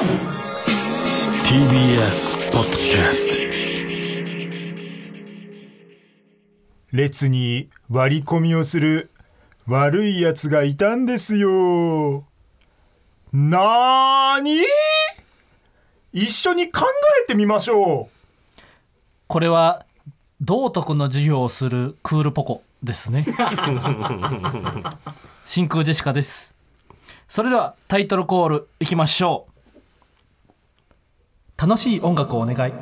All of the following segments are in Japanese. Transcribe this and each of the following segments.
TBS ポッドキャスト。 列に割り込みをする悪いやつがいたんですよ。なーに？一緒に考えてみましょう。 これは道徳の授業をするクールポコですね。真空ジェシカです。それではタイトルコールいきましょう。楽しい音楽をお願い。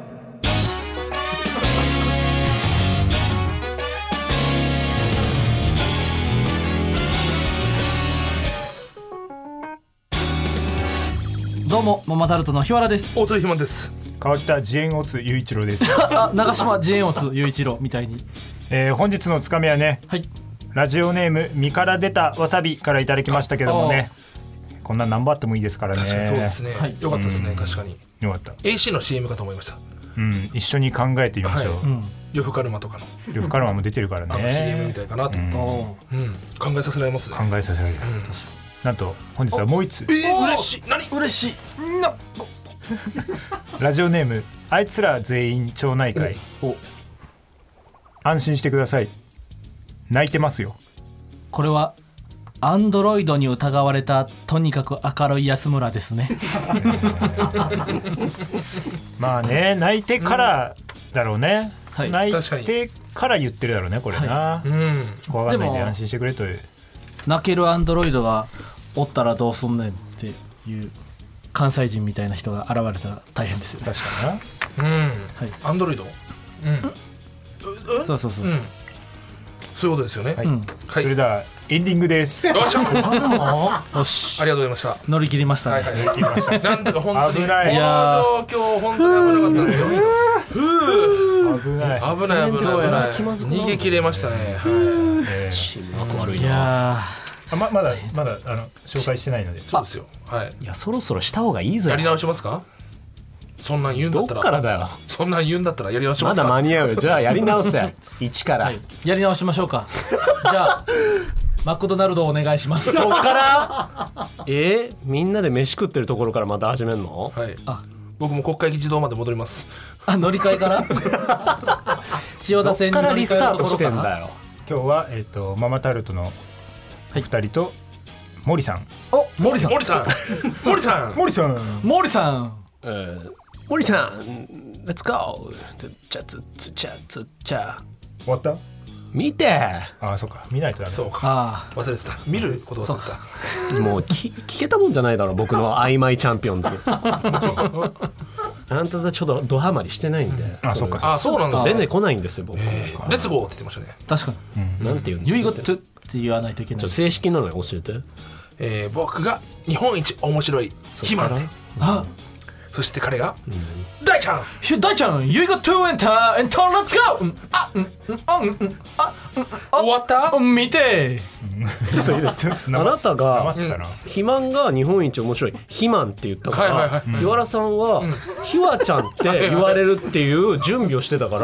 どうもママタルトの日原です。 大津ひまです。 川北慈円オツ雄一郎です。 あ、長島慈円オツ雄一郎みたいに、 本日のつかみはね、 はい、 ラジオネーム身から出たわさびからいただきましたけどもね、こんな何本あってもいいですからね。 確かにそうですね、はい、よかったですね、確かによかった。 AC の CM かと思いました。 一緒に考えてみましょう、 呂布カルマとかの呂布カルマも出てるからね、 CM みたいかなと思って、考えさせられますね。 考えさせられる、なんと本日はもう一つ、 嬉しい。何嬉しいな。 ラジオネームあいつら全員町内会。安心してください、泣いてますよ。 これはアンドロイドに疑われたとにかく明るい安村ですね。 まあね、泣いてからだろうね、 はい、 泣いてから言ってるだろうねこれな、はい、怖がらないで安心してくれという。 泣けるアンドロイドがおったらどうすんねんっていう関西人みたいな人が現れたら大変ですよ。 確かにな、 はい、アンドロイド、 そう、 そういうことですよね、 はい、それではエンディングです。 よし、 ありがとうございました。 乗り切りましたね、 乗り切りました。 なんとか本当に危ない、 この状況本当に危なかったんですよ。 危ない逃げ切れましたね。 いやまだ紹介してないので。 そうですよ、はい。 いや、そろそろした方がいいぞ。 やり直しますか？そんなん言うんだったら。 どっからだよ。 そんなん言うんだったらやり直しますか？ まだ間に合うよ。じゃあやり直せ。一から、 やり直しましょうか。じゃあマクドナルドお願いします。 そっからみんなで飯食ってるところからまた始めんの？ はい。僕も国会議事堂まで戻ります。 乗り換えから千代田線に乗り換えるところかな。 どっからリスタートしてんだよ。 今日はママタルトのお二人と森さん。 森さん森さんレッツゴー。 終わった？ 見て。 そうか、見ないとダメ。 そうか、忘れてた。見ること忘れてた。もう聞けたもんじゃないだろ、僕の曖昧チャンピオンズ。あんたちょっとドハマりしてないんで。 そうか。 そうなんだ。 全然来ないんですよ僕。 レッツゴーって言ってましたね。 確かに。 なんて言うんですか？ ユイゴットって言わないといけない。 正式なの教えて。 僕が日本一面白いヒマンで、そして彼が大ちゃん、 You got to enter and let's go。 終わった？ 見て。 ちょっといいですか？あなたが肥満が日本一面白い肥満って言ったから、日原さんはひわちゃんって言われるっていう準備をしてたから、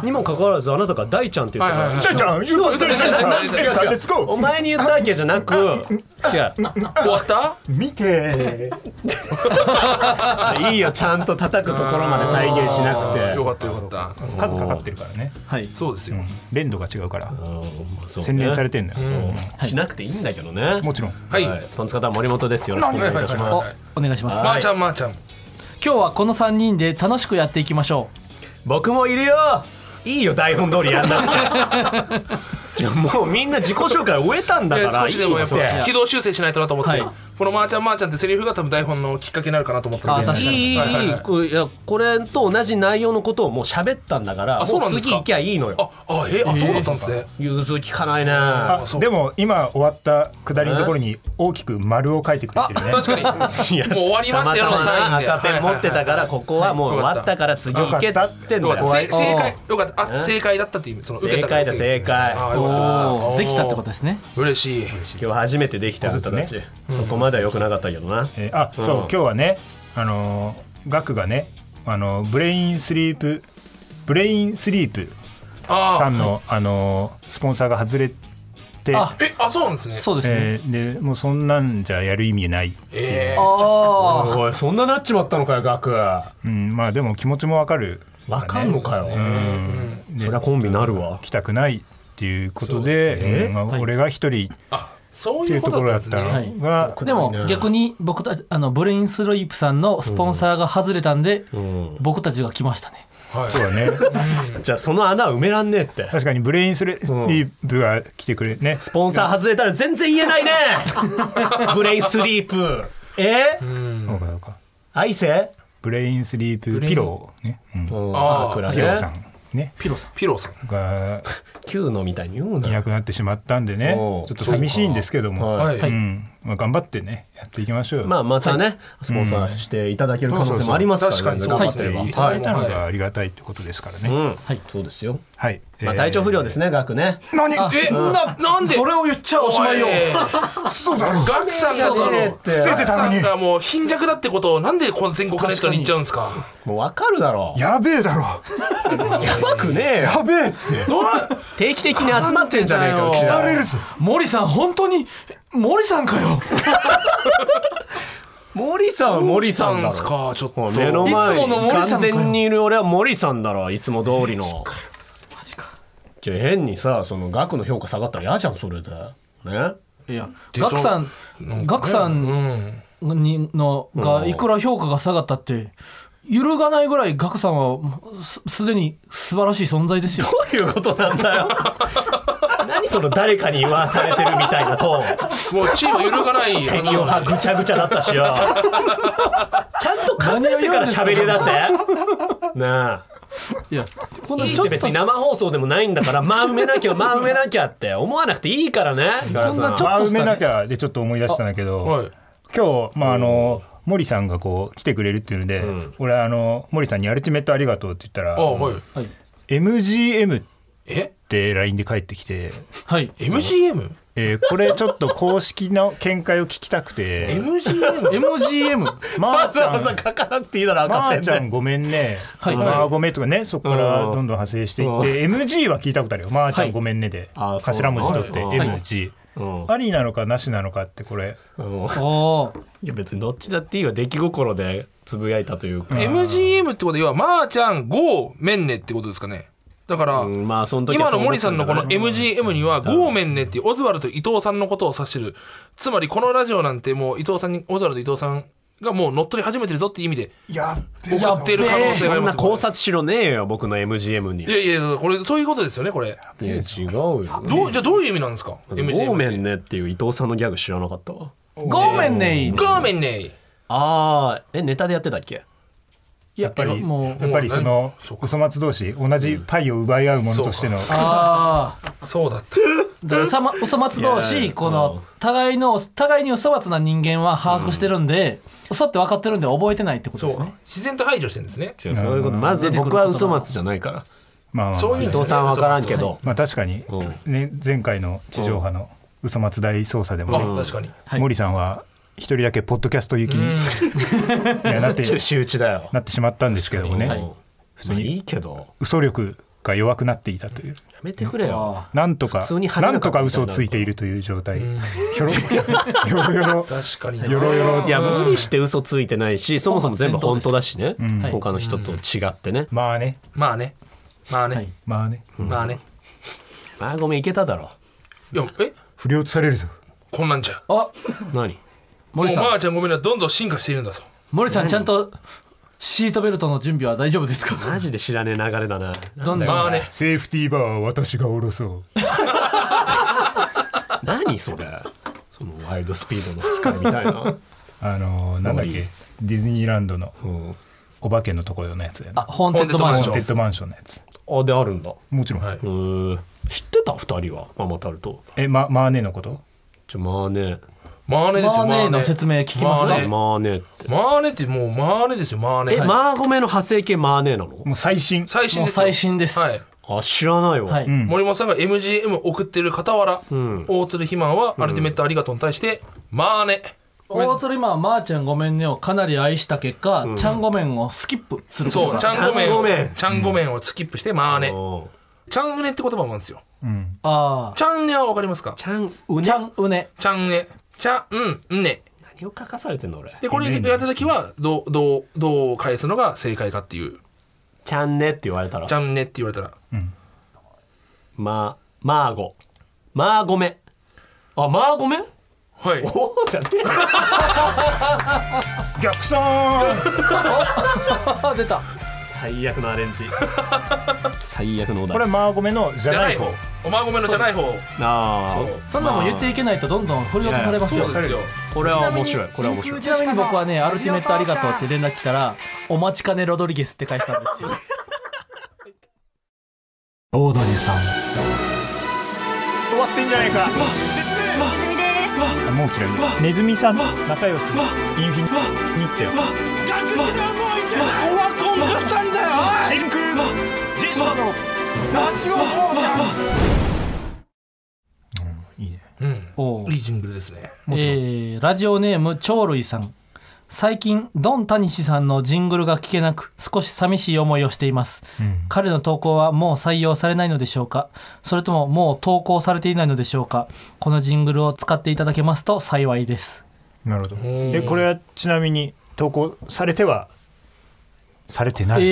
にもかかわらずあなたが大ちゃんって言ったから、 大ちゃん、You got to enter let's go。 お前に言ったわけじゃなく、違う、 終わった？ 見て。 いいよ、ちゃんと叩くところまで再現しなくて。 よかった数かかってるからね。 はい、 そうですよ。 連度が違うから洗練されてんだよ。 しなくていいんだけどね。 もちろん。 はい。 トンツカタン森本です。よろしくお願いします。 お願いします。 まーちゃん。今日はこの3人で楽しくやっていきましょう。僕もいるよ。いいよ、台本通りやんなくて。もうみんな自己紹介終えたんだから。 少しでもやっぱ軌道修正しないとなと思って、このまーちゃんってセリフが多分台本のきっかけになるかなと思ったんで。 いい、これと同じ内容のことをもう喋ったんだから、もう次行きゃいいのよ。 そうだったんですね。 融通聞かないね。 でも今終わった下りのところに大きく丸を書いてくれてるね。 確かに。もう終わりましたよのサインで。 赤ペン持ってたから、ここはもう終わったから次行けっつってんだよ。 正解だったっていう、その受けた。 正解。 できたってことですね。 嬉しい。 今日初めてできた人たち。そこまでは良くなかったけどな。 そう、今日はね、ガクがね、ブレインスリープさんのスポンサーが外れてて、 そうなんですね。 そうですね。 でもうそんなんじゃやる意味ない。 おいそんななっちまったのかよ学。 まあでも気持ちもわかる。 わかんのかよ。そりゃコンビなるわ。 来たくないっていうことで、俺が一人っていうところだったのが、 でも逆に僕たちブレインスリープさんのスポンサーが外れたんで、僕たちが来ましたね。 そうだね。 じゃあその穴埋めらんねえって。 確かにブレインスリープが来てくれね。 スポンサー外れたら全然言えないね。ブレインスリープ。 そうか。 愛せブレインスリープピローね。 ピローさんね。ピローさんが 9のみたいに言うな。 いなくなってしまったんでね。ちょっと寂しいんですけども、頑張ってねやっていきましょう。 またねスポンサーしていただける可能性もありますからね。 頑張っていただいたのがありがたいってことですからね。 そうですよ。 はい。 体調不良ですねガクね。 何？ なんでそれを言っちゃおしまいよ。 そうだろ。 ガクさんがもう貧弱だってことをなんでこの全国ネットに言っちゃうんですか。 もう分かるだろ。 やべえだろ。 やばくねえよ。 やべえって。 定期的に集まってんじゃねえかよ。 消されるぞ。 森さん本当に森さんかよ。 森さんは森さんだろ。 ちょっと目の前に完全にいる俺は森さんだろ。いつも通りの。 マジか。 じゃあ変にさその額の評価下がったら嫌じゃんそれでね。 いやガクさんがいくら評価が下がったって揺るがないぐらいガクさんはすでに素晴らしい存在ですよ。 どういうことなんだよ。何その誰かに言わされてるみたいなトーン。 もうチーム揺るがない。 手にはぐちゃぐちゃだったしよ。ちゃんと考えてから喋り出せ。なあ。 いやいいって別に生放送でもないんだから埋めなきゃって思わなくていいからね。 埋めなきゃでちょっと思い出したんだけど、今日森さんがこう来てくれるっていうので、俺森さんにアルティメットありがとうって言ったら、MGM って LINE で返ってきて、 MGM？ これちょっと公式の見解を聞きたくて。 MGM わざわざ書かなくていいだろ。 まーちゃんごめんね、まあごめんとかね、そこからどんどん派生していって、MG は聞いたことあるよ。まーちゃんごめんねで頭文字取って MG、ありなのかなしなのかってこれ。 いや別にどっちだっていいわ。出来心でつぶやいたというか。 MGM ってことではまーちゃんゴーメンネってことですかね。だから、今の森さんのこの MGM にはゴーメンネっていうオズワルド伊藤さんのことを指してる。つまりこのラジオなんてもうオズワルド伊藤さんがもう乗っ取り始めてるぞっていう意味で送ってる可能性があります。 そんな考察しろねえよ僕の MGM に。 いやこれそういうことですよねこれ。 いや違うよ。 じゃあどういう意味なんですか。 ゴーメンネっていう伊藤さんのギャグ知らなかったわ。 ゴーメンネネタでやってたっけ。 やっぱりその嘘松同士同じパイを奪い合うものとしての。 そうだった。 嘘松同士この互いに嘘松な人間は把握してるんで、嘘って分かってるんで覚えてないってことですね。 自然と排除してるんですね。 そういうこと。まず僕は嘘松じゃないから。そういう伊藤さんは分からんけど、 確かにね、前回の地上波の嘘松大捜査でも森さんは一人だけポッドキャスト行きになってしまったんですけどもね。 普通にいいけど嘘力が弱くなっていたという。 やめてくれよ。 なんとか嘘をついているという状態。よろよろ。 確かに。 いや無理して嘘ついてないし、そもそも全部本当だしね。他の人と違ってね。 まあね。 ごめんいけただろ。 いや不良とされるぞ。 こんなんじゃ。 何？ 森さん。もうまーちゃんごめんな、どんどん進化しているんだぞ。 森さんちゃんとシートベルトの準備は大丈夫ですか。 マジで知らねえ流れだな。 セーフティーバーは私が下ろそう。 何それ。そのワイルドスピードの吹き替えみたいな。 なんだっけ、ディズニーランドのお化けのところのやつやな。 ホーンテッドマンションのやつ。 であるんだ。 もちろん。 知ってた2人はママタルト。 マーネのこと。 マーネですよ。 マーネの説明聞きますか。 マーネってもうマーネですよ。マーネ。 マーゴメの派生系マーネなの。 もう最新です。 知らないわ。 森本さんが MGM 送ってる傍ら、大鶴ひまんはアルティメットありがとうに対してマーネ。 大鶴ひまんはまーちゃんごめんねをかなり愛した結果、ちゃんごめんをスキップすることが。 ちゃんごめんをスキップしてマーネ。 チャンウネって言葉もあるんですよ。 ああ。 チャンウネはわかりますか？ チャンウネ。 チャンウネ。 チャンウネ。チャンウネ。 何を書かされてんの俺。 でこれやった時はどう返すのが正解かっていう。 チャンネって言われたら。 チャンネって言われたら。 マーゴメ。あ、マーゴメ。 はい。 おおじゃねえ。 逆算出た。 最悪のアレンジ。最悪のお題。 これマーゴメのじゃない方。 おマーゴメのじゃない方。 ああ。 そんなもん言っていけないとどんどん振り落とされますよ。 そうですよ。 これは面白い。これは面白い。 ちなみに僕はね、アルティメットありがとうって連絡来たら、お待ちかねロドリゲスって返したんですよ。 オードリーさん終わってんじゃないか。もう嫌い。ネズミさん仲良しインフィニッチェオワコン化したんだよ。真空ジェスタのラジオ父ちゃん。いいね。 いいジングルですね。 ラジオネーム鳥類さん。最近ドンタニシさんのジングルが聞けなく少し寂しい思いをしています、彼の投稿はもう採用されないのでしょうか、それとももう投稿されていないのでしょうか。このジングルを使っていただけますと幸いです。 なるほど。これはちなみに投稿されてはされてない。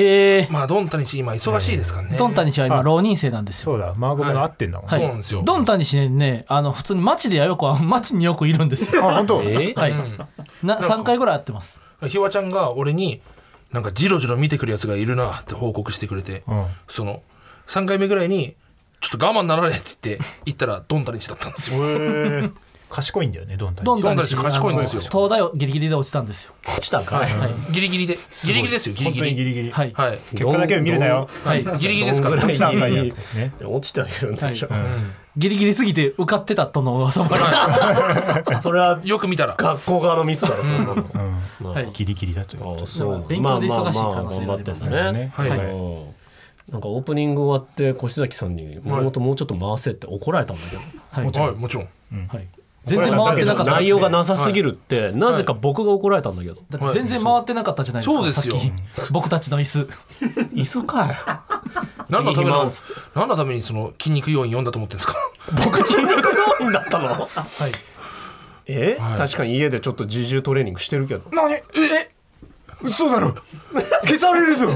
まあドンタニシ今忙しいですからね。 ドンタニシは今浪人生なんですよ。 そうだ、マーゴメが合ってんだもん、 はい、そうなんですよ。ドンタニシね、普通に街によくいるんですよ。 あ、本当。はい、 3回ぐらい会ってます。 ひわちゃんが俺になんかジロジロ見てくるやつがいるなって報告してくれて、その3回目ぐらいにちょっと我慢なられって言って行ったらドンタニシだったんですよ。 賢いんだよね、ドンタニシ賢いんですよ。 東大をギリギリで落ちたんですよ。 落ちたか、 ギリギリですよ。ギリギリ。 はい、結果だけを見るなよ。 ギリギリですから。 落ちてはいるんでしょ。 ギリギリすぎて受かってたとの噂もあります。 それはよく見たら学校側のミスだろ、そんなの。 ギリギリだという。 勉強で忙しい可能性がありますね。 なんかオープニング終わって越崎さんにもうちょっと回せって怒られたんだけど。 はい、もちろん。 全然回ってなかった。 内容がなさすぎるってなぜか僕が怒られたんだけど。 だって全然回ってなかったじゃないですか。 そうですよ。 僕たちの椅子。 椅子かよ。 何のためにその筋肉要因読んだと思ってるんですか。 僕筋肉要因だったの。はい。確かに家でちょっと自重トレーニングしてるけど。 何？嘘だろ。消されるぞ。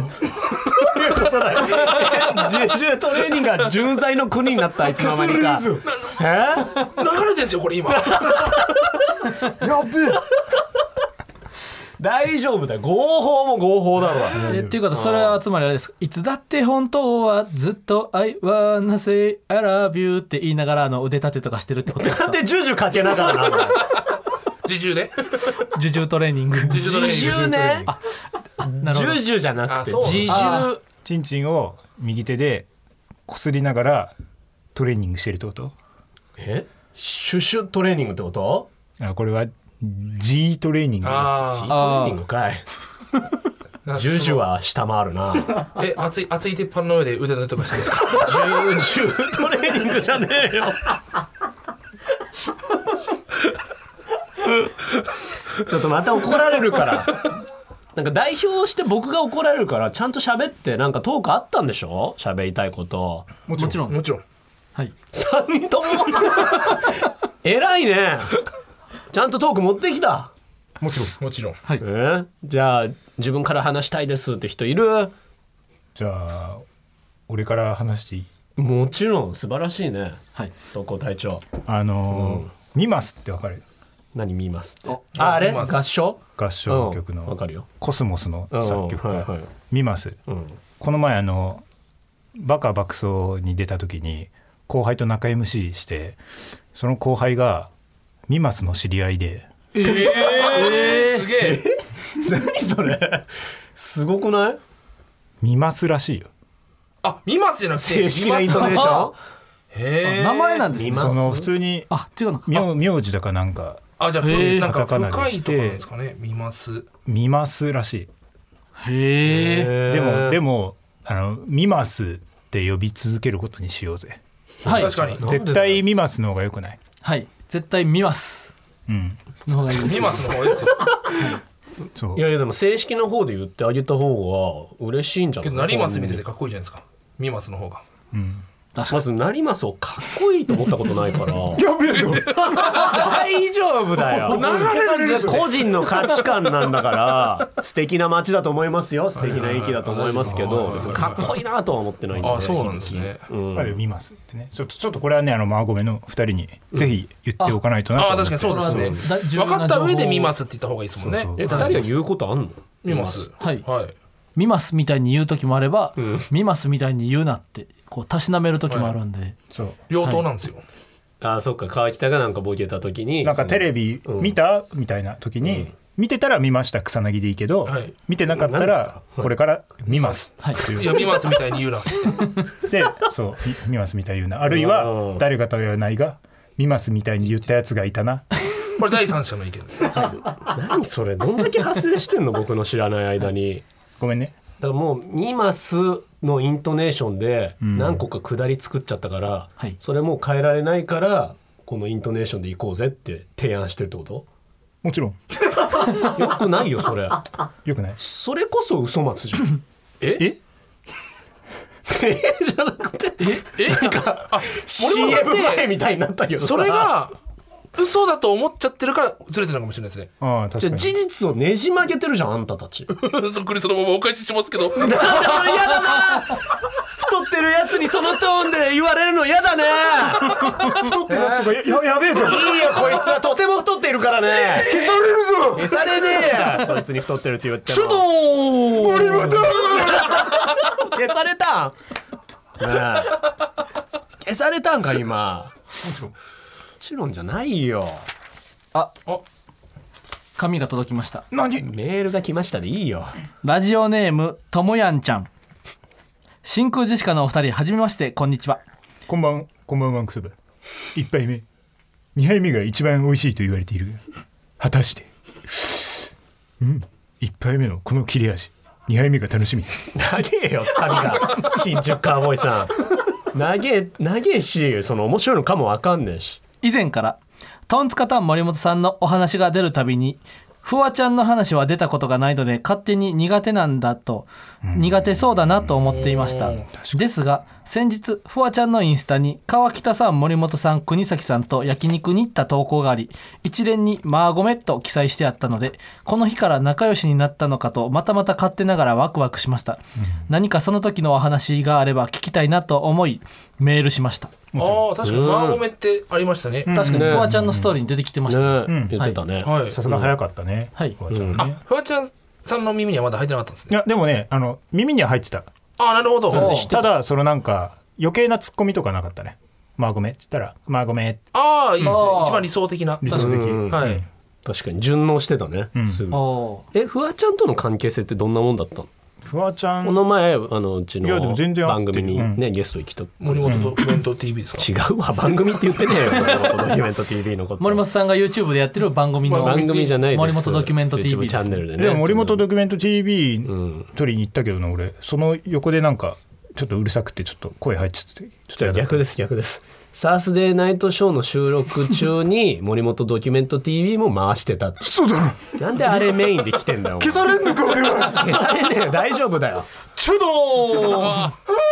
自重トレーニングが重罪の国になったあいつの間にか。 流れてんすよこれ今。 やべえ。 大丈夫だよ。合法も合法だわ。 っていうことそれはつまりあれです。いつだって本当はずっと I wanna say I love you って言いながら腕立てとかしてるってことですか。 なんでジュジュかけながらなんだよ。 自重ね。 自重トレーニング。 自重ね。ジュジュじゃなくて自重。 チンチンを右手でこすりながらトレーニングしてるってこと？ シュシュトレーニングってこと？ これは G トレーニング。 G トレーニングかい。ジュジュは下回るな。 熱い鉄板の上で腕立てとかしてるんですか。 ジュジュトレーニングじゃねえよ。ちょっとまた怒られるから。なんか代表して僕が怒られるからちゃんと喋ってなんかトークあったんでしょ。喋りたいこと。 もちろん。 はい。3人とも偉いね。ちゃんとトーク持ってきた。 もちろん。 はい。 じゃあ自分から話したいですって人いる？ じゃあ俺から話していい？ もちろん。素晴らしいね。はい。東光隊長。 ミマスってわかる？ 何見ますって。あれ合唱曲のコスモスの作曲家ミマス。この前バカ爆走に出た時に後輩と仲 MC してその後輩がミマスの知り合いで。 すげえ。 何それ。すごくない？ ミマスらしいよ。 あ、ミマスじゃなくて正式なイントネーション。 名前なんですね。 普通に違うのか。 名字だかなんか。 じゃあなんか深いとこなんですかね。ミマスらしい。 でもミマスって呼び続けることにしようぜ。 はい。 確かに。 絶対ミマスの方が良くない？ はい。絶対見ます。の方がいいです。 見ますの方がいいですよ。 そう。 いやでも正式な方で言ってあげた方が嬉しいんじゃない？ けど成松みたいでかっこいいじゃないですか。見ますの方が。 まず成増をかっこいいと思ったことないからやべえぞ大丈夫だよ。 流れるんですね。 個人の価値観なんだから素敵な街だと思いますよ、素敵な駅だと思いますけど、別にかっこいいなとは思ってないんで。 あ、そうなんですね。 見ますってね。ちょっとこれはね、マーゴメの2人にぜひ言っておかないとなと思って。 確かにそうですね。分かった上で見ますって言った方がいいですもんね。 2人は言うことあんの？ 見ます。はい。 見ますみたいに言う時もあれば、見ますみたいに言うなってこうたしなめる時もあるんで、 そう両党なんですよ。 そっか。川北がなんかボケた時になんかテレビ見たみたいな時に、見てたら見ました草薙でいいけど、見てなかったらこれから見ます、 いや見ますみたいに言うなで、そう見ますみたいに言うな、あるいは誰かとは言わないが見ますみたいに言ったやつがいたな。 これ第三者の意見です。 何それ、どんだけ発生してんの僕の知らない間に。 ごめんね。 だからもう見ますのイントネーションで何個か下り作っちゃったから、それもう変えられないからこのイントネーションでいこうぜって提案してるってこと？ もちろんよくないよそれ。 よくない。 それこそ嘘松じゃん。 えじゃなくてなんか CM 前みたいになったけどさ、 それが嘘だと思っちゃってるからずれてるのかもしれないですね。 ああ、確かに。 じゃあ事実をねじ曲げてるじゃんあんたたち。 そっくりそのままお返ししますけど。 なんでそれ嫌だな。太ってるやつにそのトーンで言われるの嫌だね。 太ってるやつが やべえぞ。 いいよこいつはとても太っているからね。 消されるぞ。 消されねえや。こいつに太ってるって言っても。 ちょっと森本消されたん、消されたんか今。もちろんじゃないよ。 紙が届きました。 何？ メールが来ましたでいいよ。 ラジオネームともやんちゃん。真空ジェシカのお二人、はじめまして、こんにちは。 こんばんはんくそば。1杯目2杯目が一番美味しいと言われているが、果たして1杯目のこの切れ味、2杯目が楽しみ。 長えよつかみが。新宿カーボーイさん長えし、その面白いのかもわかんねえし。 以前からトンツカタン森本さんのお話が出るたびに、フワちゃんの話は出たことがないので勝手に苦手そうだなと思っていました。ですが先日フワちゃんのインスタに川北さん、森本さん、国崎さんと焼肉に行った投稿があり、一連にマーゴメと記載してあったので、この日から仲良しになったのかとまた勝手ながらワクワクしました。何かその時のお話があれば聞きたいなと思いメールしました。 確かにマーゴメってありましたね。 確かにフワちゃんのストーリーに出てきてました。 言ってたね。 さすが早かったね。 フワちゃんさんの耳にはまだ入ってなかったんですね。 いやでもね、耳には入ってた。 なるほど。 ただそのなんか余計なツッコミとかなかったね。マーゴメって言ったらマーゴメ。 いいですね。一番理想的な。 理想的。 はい。 確かに順応してたね。すぐ。フワちゃんとの関係性ってどんなもんだったの？ フワちゃん、 この前うちの番組にね、ゲストに来た森本ドキュメント TV ですか？ 違うわ、番組って言ってねえよ。森本ドキュメント TV のこと。 森本さんが YouTube でやってる番組の番組じゃないです。 森本ドキュメント TV チャンネルでね。 でも森本ドキュメント TV 取りに行ったけどな、俺その横でなんかちょっとうるさくてちょっと声入っちゃって。 じゃあ逆です。サースデーナイトショーの収録中に森本ドキュメント TV も回してた。 そうだろ。 なんであれメインで来てんだよ。 消されんのか俺は。 消されねえよ、大丈夫だよ。 ちょど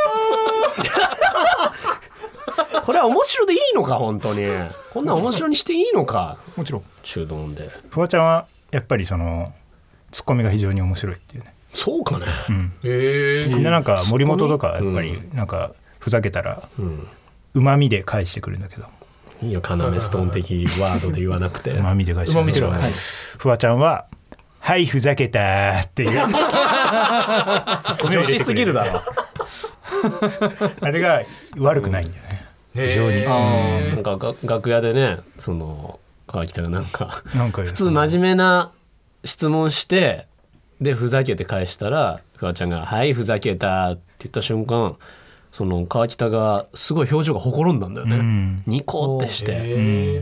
これは面白でいいのか、本当に。こんな面白にしていいのか。 もちろん。 中丼で。 フワちゃんはやっぱりそのツッコミが非常に面白いっていうね。 そうかね。 みんななんか森本とかやっぱりなんかふざけたらうまみで返してくるんだけど。 いいよ、要ストーン的ワードで言わなくて。 うまみで返してくるんだけど、フワちゃんははいふざけたっていう女子すぎるだろ。 あれが悪くないんだよね、非常に。 なんか楽屋でね、その川北がなんか普通真面目な質問してでふざけて返したら、フワちゃんがはいふざけたって言った瞬間、その川北がすごい表情がほころんだんだよね。ニコってして、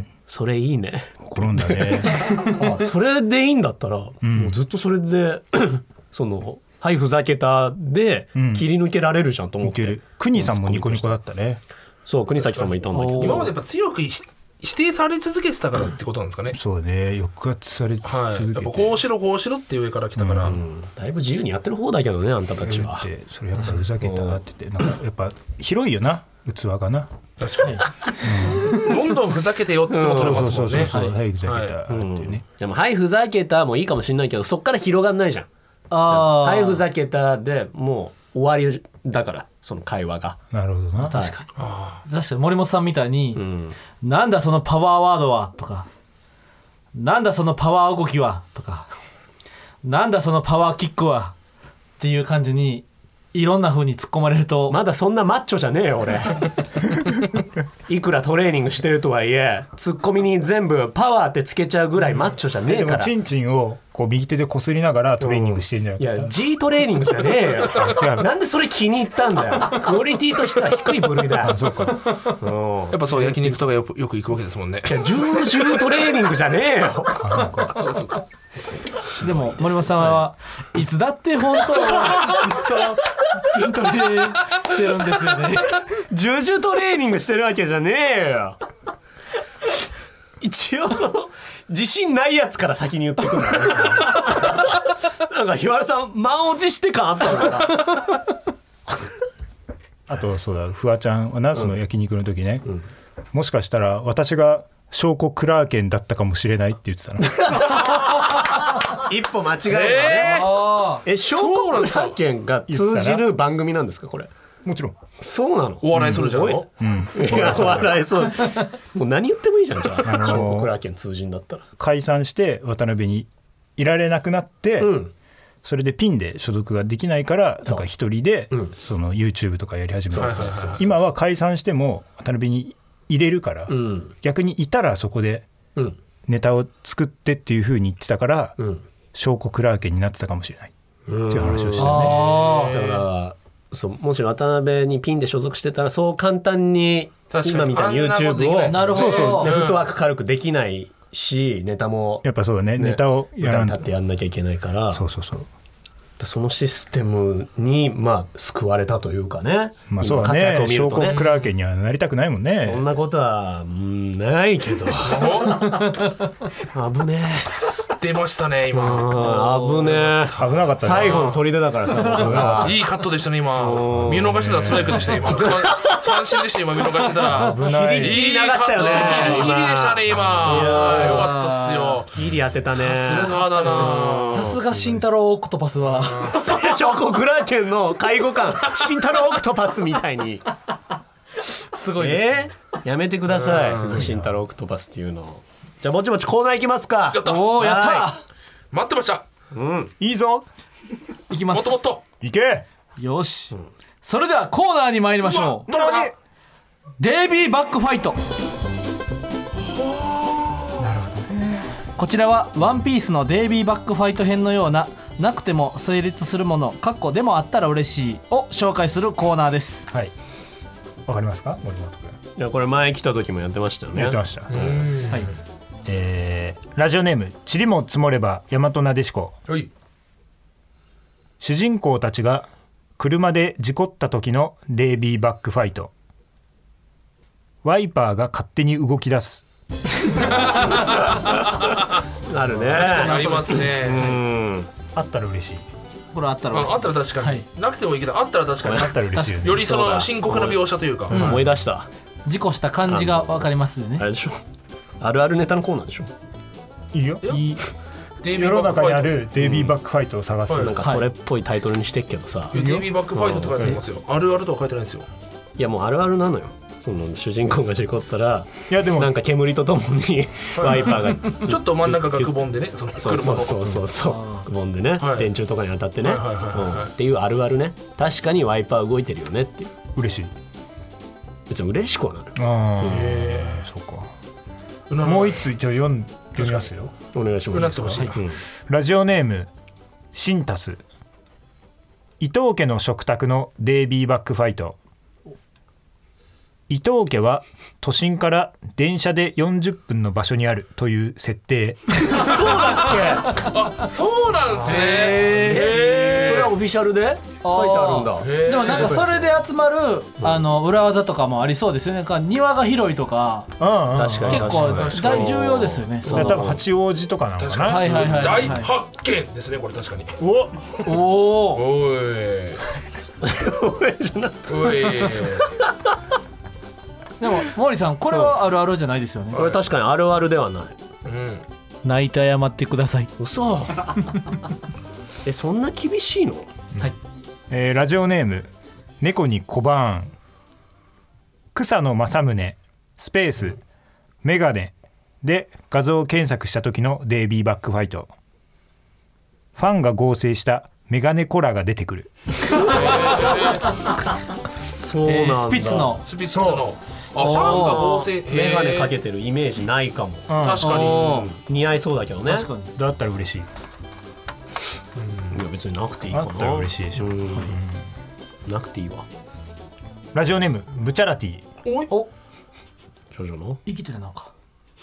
それいいね。 ほころんだね。 それでいいんだったら、もうずっとそれでそのはいふざけたで切り抜けられるじゃんと思って。 国さんもニコニコだったね。 そう、国崎さんもいたんだけど、 今までやっぱ強く指定され続けてたからってことなんですかね。 そうね、抑圧され続けて、 やっぱこうしろこうしろっていう上から来たから、 だいぶ自由にやってる方だけどね、あんたたちは。 それやっぱふざけたなって言って、なんかやっぱ広いよな、器がな。 確かにどんどんふざけてよってことなんですもんね。 はいふざけたっていうね。 でもはいふざけたもいいかもしれないけど、そっから広がんないじゃん。はいふざけたでもう終わりだから、その会話が。 なるほどな。 確かに森本さんみたいに、なんだそのパワーワードはとか、なんだそのパワー動きはとか、なんだそのパワーキックはっていう感じにいろんな風に突っ込まれると、 まだそんなマッチョじゃねえよ俺いくらトレーニングしてるとはいえ、ツッコミに全部パワーってつけちゃうぐらいマッチョじゃねえから。 でもチンチンをこう右手でこすりながらトレーニングしてるんじゃないか。 いや G トレーニングじゃねえよなんでそれ気に入ったんだよ。クオリティとしては低い部類だ。 そうか。 やっぱそう焼肉とかよく行くわけですもんね。 いや重々トレーニングじゃねえよでも森本さんはいつだって本当はずっと筋トレしてるんですよね。 重々トレーニングしてるわけじゃねえよ。一応その自信ないやつから先に言ってくるんだねなんか日原さん満落ちして感あったのかなあとそうだ、フワちゃんはな、その焼肉の時ね、もしかしたら私が証拠クラーケンだったかもしれないって言ってたの一歩間違えたね。証拠クラーケンが通じる番組なんですかこれ。 もちろん。 そうなの。 お笑いするじゃんの、 いやお笑いそうもう何言ってもいいじゃんじゃあ、証拠クラーケン通じんだったら。 解散して渡辺にいられなくなって、それでピンで所属ができないからなんか一人でその YouTube とかやり始めた。今は解散しても渡辺に入れるから、逆にいたらそこでネタを作ってっていう風に言ってたから、証拠クラーケンになってたかもしれないっていう話をしたよね。 だからそうもし渡辺にピンで所属してたらそう簡単に今みたいに YouTube をなるほどフットワーク軽くできないし、ネタもやっぱそうだね、ネタをやらん立ってやんなきゃいけないから、 そうそのシステムにまあ救われたというかね。 まあそうだね、証拠クラーケンにはなりたくないもんね。 そんなことはないけど危ねえ出ましたね今。 危ねえ。 危なかったね。 最後の砦だからさいいカットでしたね今。見逃してたらストライクでした今。三振でした今見逃してたら。 危ない。 ギリギリ流したよね。 ギリギリでしたね今。よかったっすよ。 ギリ当てたね。 さすがだな。 さすが慎太郎オクトパスは証拠クラーケンの介護官慎太郎オクトパスみたいにすごいです、 やめてください慎太郎オクトパスっていうのを。じゃあぼちぼちコーナー行きますか。 やった。 おーやった、 待ってました。 いいぞ、 いきます。 もっともっといけ。 よし、それではコーナーに参りましょう。デイビーバックファイト。こちらはワンピースのデイビーバックファイト編のようななくても成立するものでもあったら嬉しいを紹介するコーナーです。 はい、わかりますか森本君。 いやこれ前来た時もやってましたよね。 やってました。 はい、 ラジオネーム塵も積もれば大和なでしこ。 はい。 主人公たちが車で事故った時のデイビーバックファイト。ワイパーが勝手に動き出す。 あるね。 ありますね。 あったら嬉しい。 これあったら嬉しい。 あったら確かに、はい、なくてもいいけどあったら確かにあったら嬉しいよね。 よりその深刻な描写というか、 思い出した事故した感じが分かりますよね。 あれでしょ、あるあるネタのコーナーでしょ。 いいよ、いい。世の中にあるデイビーバックファイトを探す、 なんかそれっぽいタイトルにしてっけどさ、 デイビーバックファイトって書いてありますよ。あるあるとは書いてないんですよ。 いやもうあるあるなのよ。その主人公が事故ったら、 いやでもなんか煙とともにワイパーがちょっと真ん中がくぼんでね、その車のそうくぼんでね、電柱とかに当たってねっていうあるあるね。確かにワイパー動いてるよねっていう。 嬉しい。 別に嬉しくはなる。 そうか。もう一つ一応読みますよ。 お願いします。 なってほしい。 ラジオネームシンタス。伊藤家の食卓のデイビーバックファイト。伊藤家は都心から電車で40分の場所にあるという設定。 そうだっけ。 そうなんですね。 それはオフィフィシャルで書いてあるんだ。 でもなんかそれで集まる裏技とかもありそうですよね。庭が広いとか確かに結構大重要ですよね。 多分八王子とかなのかな。 はいはいはい、 大発見ですねこれ確かに。 おおいおいでも毛利さんこれはあるあるじゃないですよね。 これ確かにあるあるではない。 泣いて謝ってください。 嘘そんな厳しいの？ はい。 ラジオネーム猫に小バーン。草野正宗スペースメガネで画像検索した時のデイビーバックファイト。ファンが合成したメガネコラが出てくる。 そうなんだ。 スピッツのファンが合成メガネかけてるイメージないかも。 確かに似合いそうだけどね。 確かに。 だったら嬉しい。 いや別になくていいかな。 だったら嬉しいでしょ。 なくていいわ。 ラジオネームブチャラティ。 おジョジョの生きてるなんか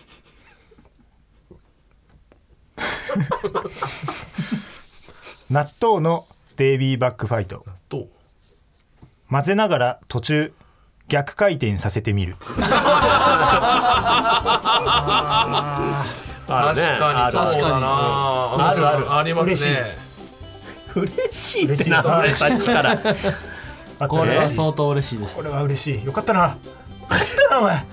納豆のデイビーバックファイト。混ぜながら途中逆回転させてみる。 確かにそうだな。ありますね。 嬉しいってなさっきからこれは相当嬉しいです。 これは嬉しい。よかったな。よかったなお前。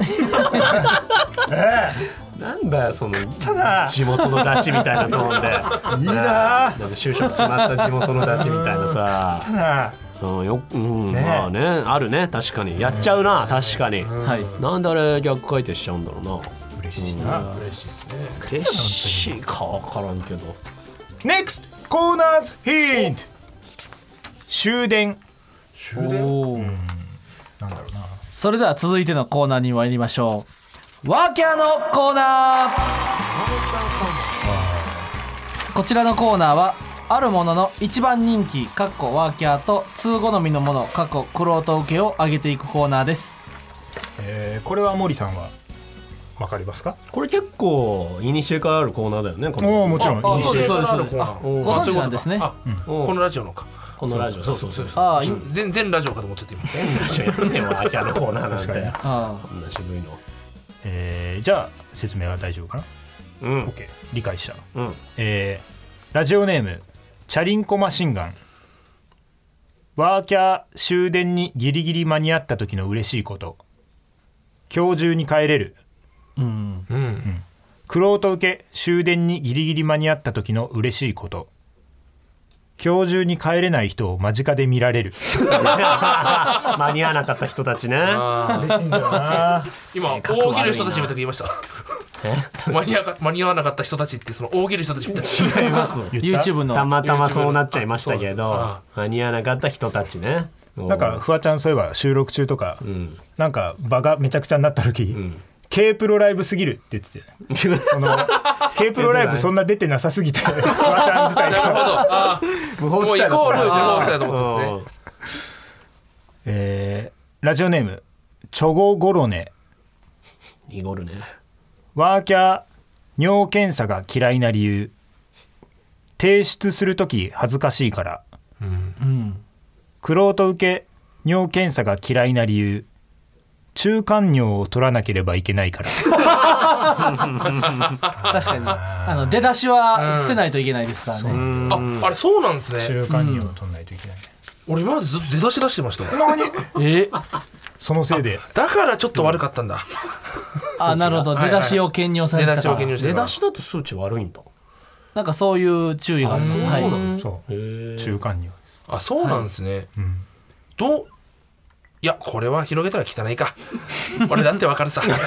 なんだよその地元のダチみたいなトーンで。 いいな。 なんか就職決まった地元のダチみたいなさ。まあねあるね。確かにやっちゃうな。確かに。なんであれ逆回転しちゃうんだろうな。 嬉しいな。 嬉しいですね。嬉しいか分からんけど。 NEXT コーナーズヒント。終電。 なんだろうな。それでは続いてのコーナーに参りましょう。ワーキャーのコーナー。こちらのコーナーはあるものの一番人気ワーキャーと通好みのものクロート受けを上げていくコーナーです。 これは森さんはわかりますか？ これ結構イニシエからあるコーナーだよね。 もちろん。 そうですそうです。ご存知なんですね。 このラジオのか。 このラジオ。そう。 全ラジオかと思っちゃって今。 全ラジオやるねんワーキャーのコーナーなんて。こんな渋いの。 じゃあ説明は大丈夫かな？OK 理解した。ラジオネームチャリンコマシンガン。ワーキャー終電にギリギリ間に合った時の嬉しいこと。今日中に帰れる。クロート受け終電にギリギリ間に合った時の嬉しいこと。今日中に帰れない人を間近で見られる。 間に合わなかった人たちね。 嬉しいんだよな。 今大喜利人たちみたいに言いました。間に合わなかった人たちってその大喜利人たちみたいな。 違います。 YouTube のたまたまそうなっちゃいましたけど、間に合わなかった人たちね。 なんかフワちゃんそういえば収録中とか、なんか場がめちゃくちゃになった時、K プロライブすぎるって言ってて、その K プロライブそんな出てなさすぎてフワちゃん自体がなるほど。もうイコール無法地帯だと思ってですね。ラジオネームチョゴゴロネ。 濁るね。 ワーキャー尿検査が嫌いな理由。提出するとき恥ずかしいから。クロート受け尿検査が嫌いな理由。中間尿を取らなければいけないから。 確かに出だしは捨てないといけないですからね。 あれそうなんですね。 中間尿を取らないといけない。 俺今までずっと出だし出してました。 そのせいでだからちょっと悪かったんだ。 なるほど。出だしを検尿されたから。 出だしだと数値悪いんだ。 なんかそういう注意があります。 中間尿。 そうなんですね。いやこれは広げたら汚いか。俺だってわかるさ。 爽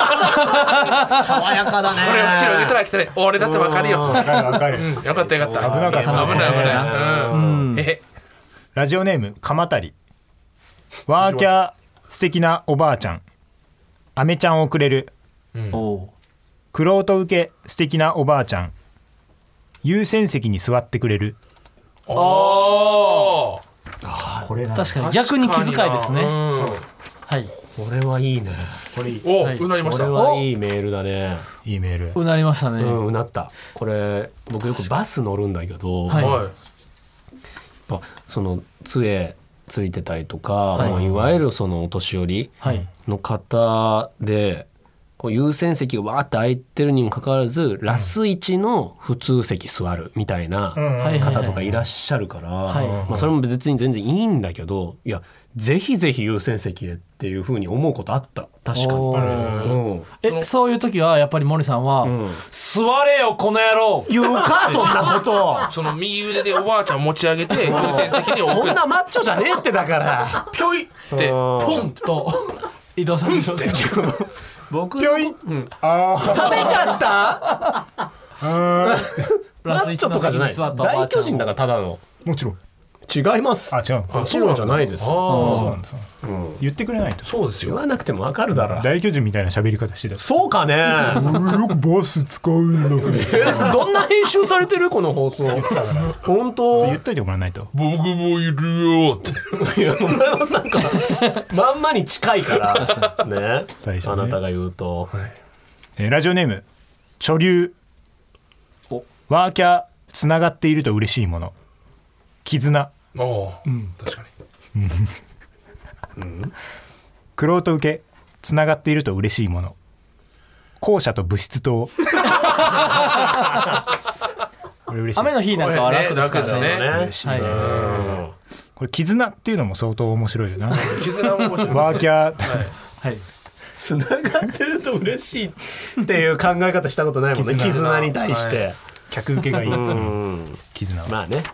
やかだね。 これは広げたら汚い。俺だってわかるよ。 わかる。 よかったよかった。 危なかった。 危ない。 ラジオネームかまたり。ワーキャー素敵なおばあちゃん。アメちゃんをくれる。クロート受け素敵なおばあちゃん。優先席に座ってくれる。 これ確かに逆に気遣いですね。はい。 これはいいね。 これいい。うなりました。 これはいいメールだね。 いいメール。 うなりましたね。 うなった。これ僕よくバス乗るんだけど、 その杖ついてたりとか、もういわゆるそのお年寄りの方で、こう優先席がわーって空いてるにもかかわらず、ラス1の普通席座るみたいな方とかいらっしゃるから、まあそれも別に全然いいんだけど、いやぜひぜひ優先席へっていう風に思うことあった。確かに。 そういう時はやっぱり森さんは、座れよこの野郎言うかそんなことその右腕でおばあちゃん持ち上げて優先席に置く。 そんなマッチョじゃねえってだからピョイってポンと移動させて僕ピョイ、 食べちゃったマッチョとかじゃない。大巨人だからただの。 もちろん違います。 違う。 もちろんじゃないです。 言ってくれないと。 そうですよ。 言わなくてもわかるだろ。 大巨人みたいな喋り方してた。 そうかね。 よくバス使うんだけど。 どんな編集されてるこの放送。本当。 言っといてもらわないと。 僕もいるよって。 いやお前はなんかまんまに近いからね。 最初ね。 あなたが言うと。 ラジオネーム貯留。ワーキャーつながっていると嬉しいもの。絆。 確かに。 クロート受けつながっていると嬉しいもの。校舎と物質棟。これ嬉しい。 雨の日なんかは楽ですからね。 嬉しい。これ絆っていうのも相当面白いよな。 絆も面白い。 ワーキャー。 つながってると嬉しいっていう考え方したことないもんね。絆に対して客受けがいい。絆はまあね。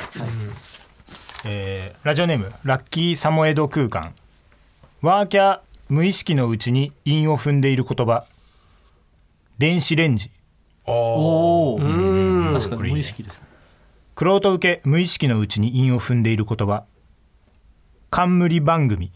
ラジオネームラッキーサモエド空間。ワーキャー無意識のうちに韻を踏んでいる言葉。電子レンジ。 確かに無意識ですね。 クロート受け無意識のうちに韻を踏んでいる言葉。冠番組。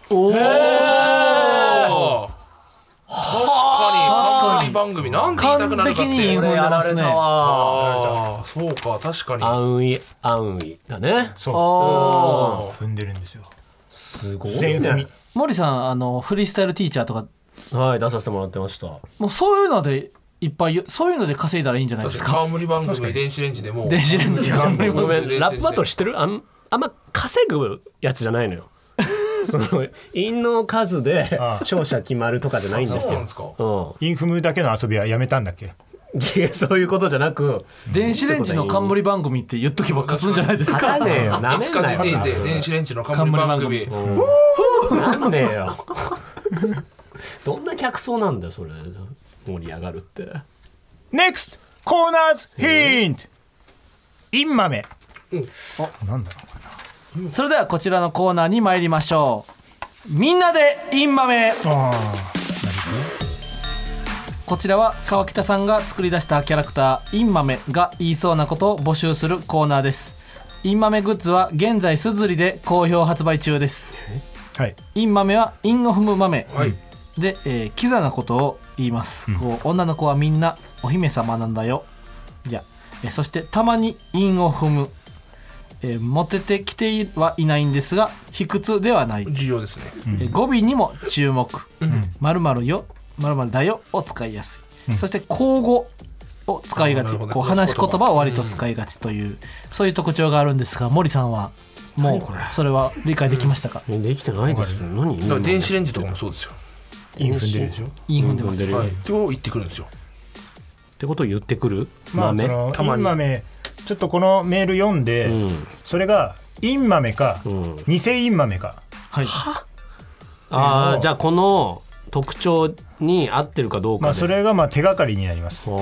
確かに番組なんて言いたくなるかって。 完璧に韻踏んでますね。 そうか確かに。 アンウィアンウィだね。 そう踏んでるんですよ。 すごい全踏み。 森さんフリースタイルティーチャーとか出させてもらってました。 もうそういうのでいっぱいそういうので稼いだらいいんじゃないですか。 冠番組電子レンジでも電子レンジごめんラップバトルしてる。あんま稼ぐやつじゃないのよ。その韻の数で勝者決まるとかじゃないんですよ。 韻踏むだけの遊びはやめたんだっけ。 違うそういうことじゃなく電子レンジの冠番組って言っとけば勝つんじゃないですか。 勝たねえよ。なめんなよ。 電子レンジの冠番組。 なんねえよ。どんな客層なんだよそれ。盛り上がるって。 NEXT コーナーズヒント。インマメ。なんだろうな。 それではこちらのコーナーに参りましょう。みんなでインマメ。こちらは川北さんが作り出したキャラクターインマメが言いそうなことを募集するコーナーです。インマメグッズは現在すずりで好評発売中です。インマメは韻を踏む豆で、キザなことを言います、こう女の子はみんなお姫様なんだよ。そしてたまに韻を踏む、モテてきてはいないんですが卑屈ではない。 重要ですね。 語尾にも注目。〇〇よ〇〇だよを使いやすい。そして口語を使いがち。こう話し言葉を割と使いがちという、そういう特徴があるんですが、森さんはもうそれは理解できましたか。 できてないです。何？ だから電子レンジとかもそうですよ。 韻踏んでるでしょ。 韻踏んでます。 と言ってくるんですよ。 ってことを言ってくる。 豆。たまに豆。ちょっとこのメール読んで、それがイン豆か、偽イン豆か。 じゃあこの特徴に合ってるかどうかで、 それが手がかりになります。じ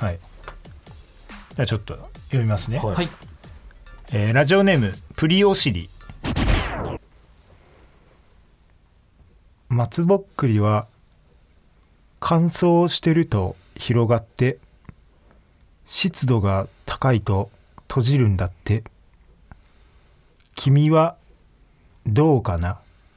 ゃあちょっと読みますね。ラジオネームプリオシリ。松ぼっくりは乾燥してると広がって湿度が高いと閉じるんだって。君はどうかな。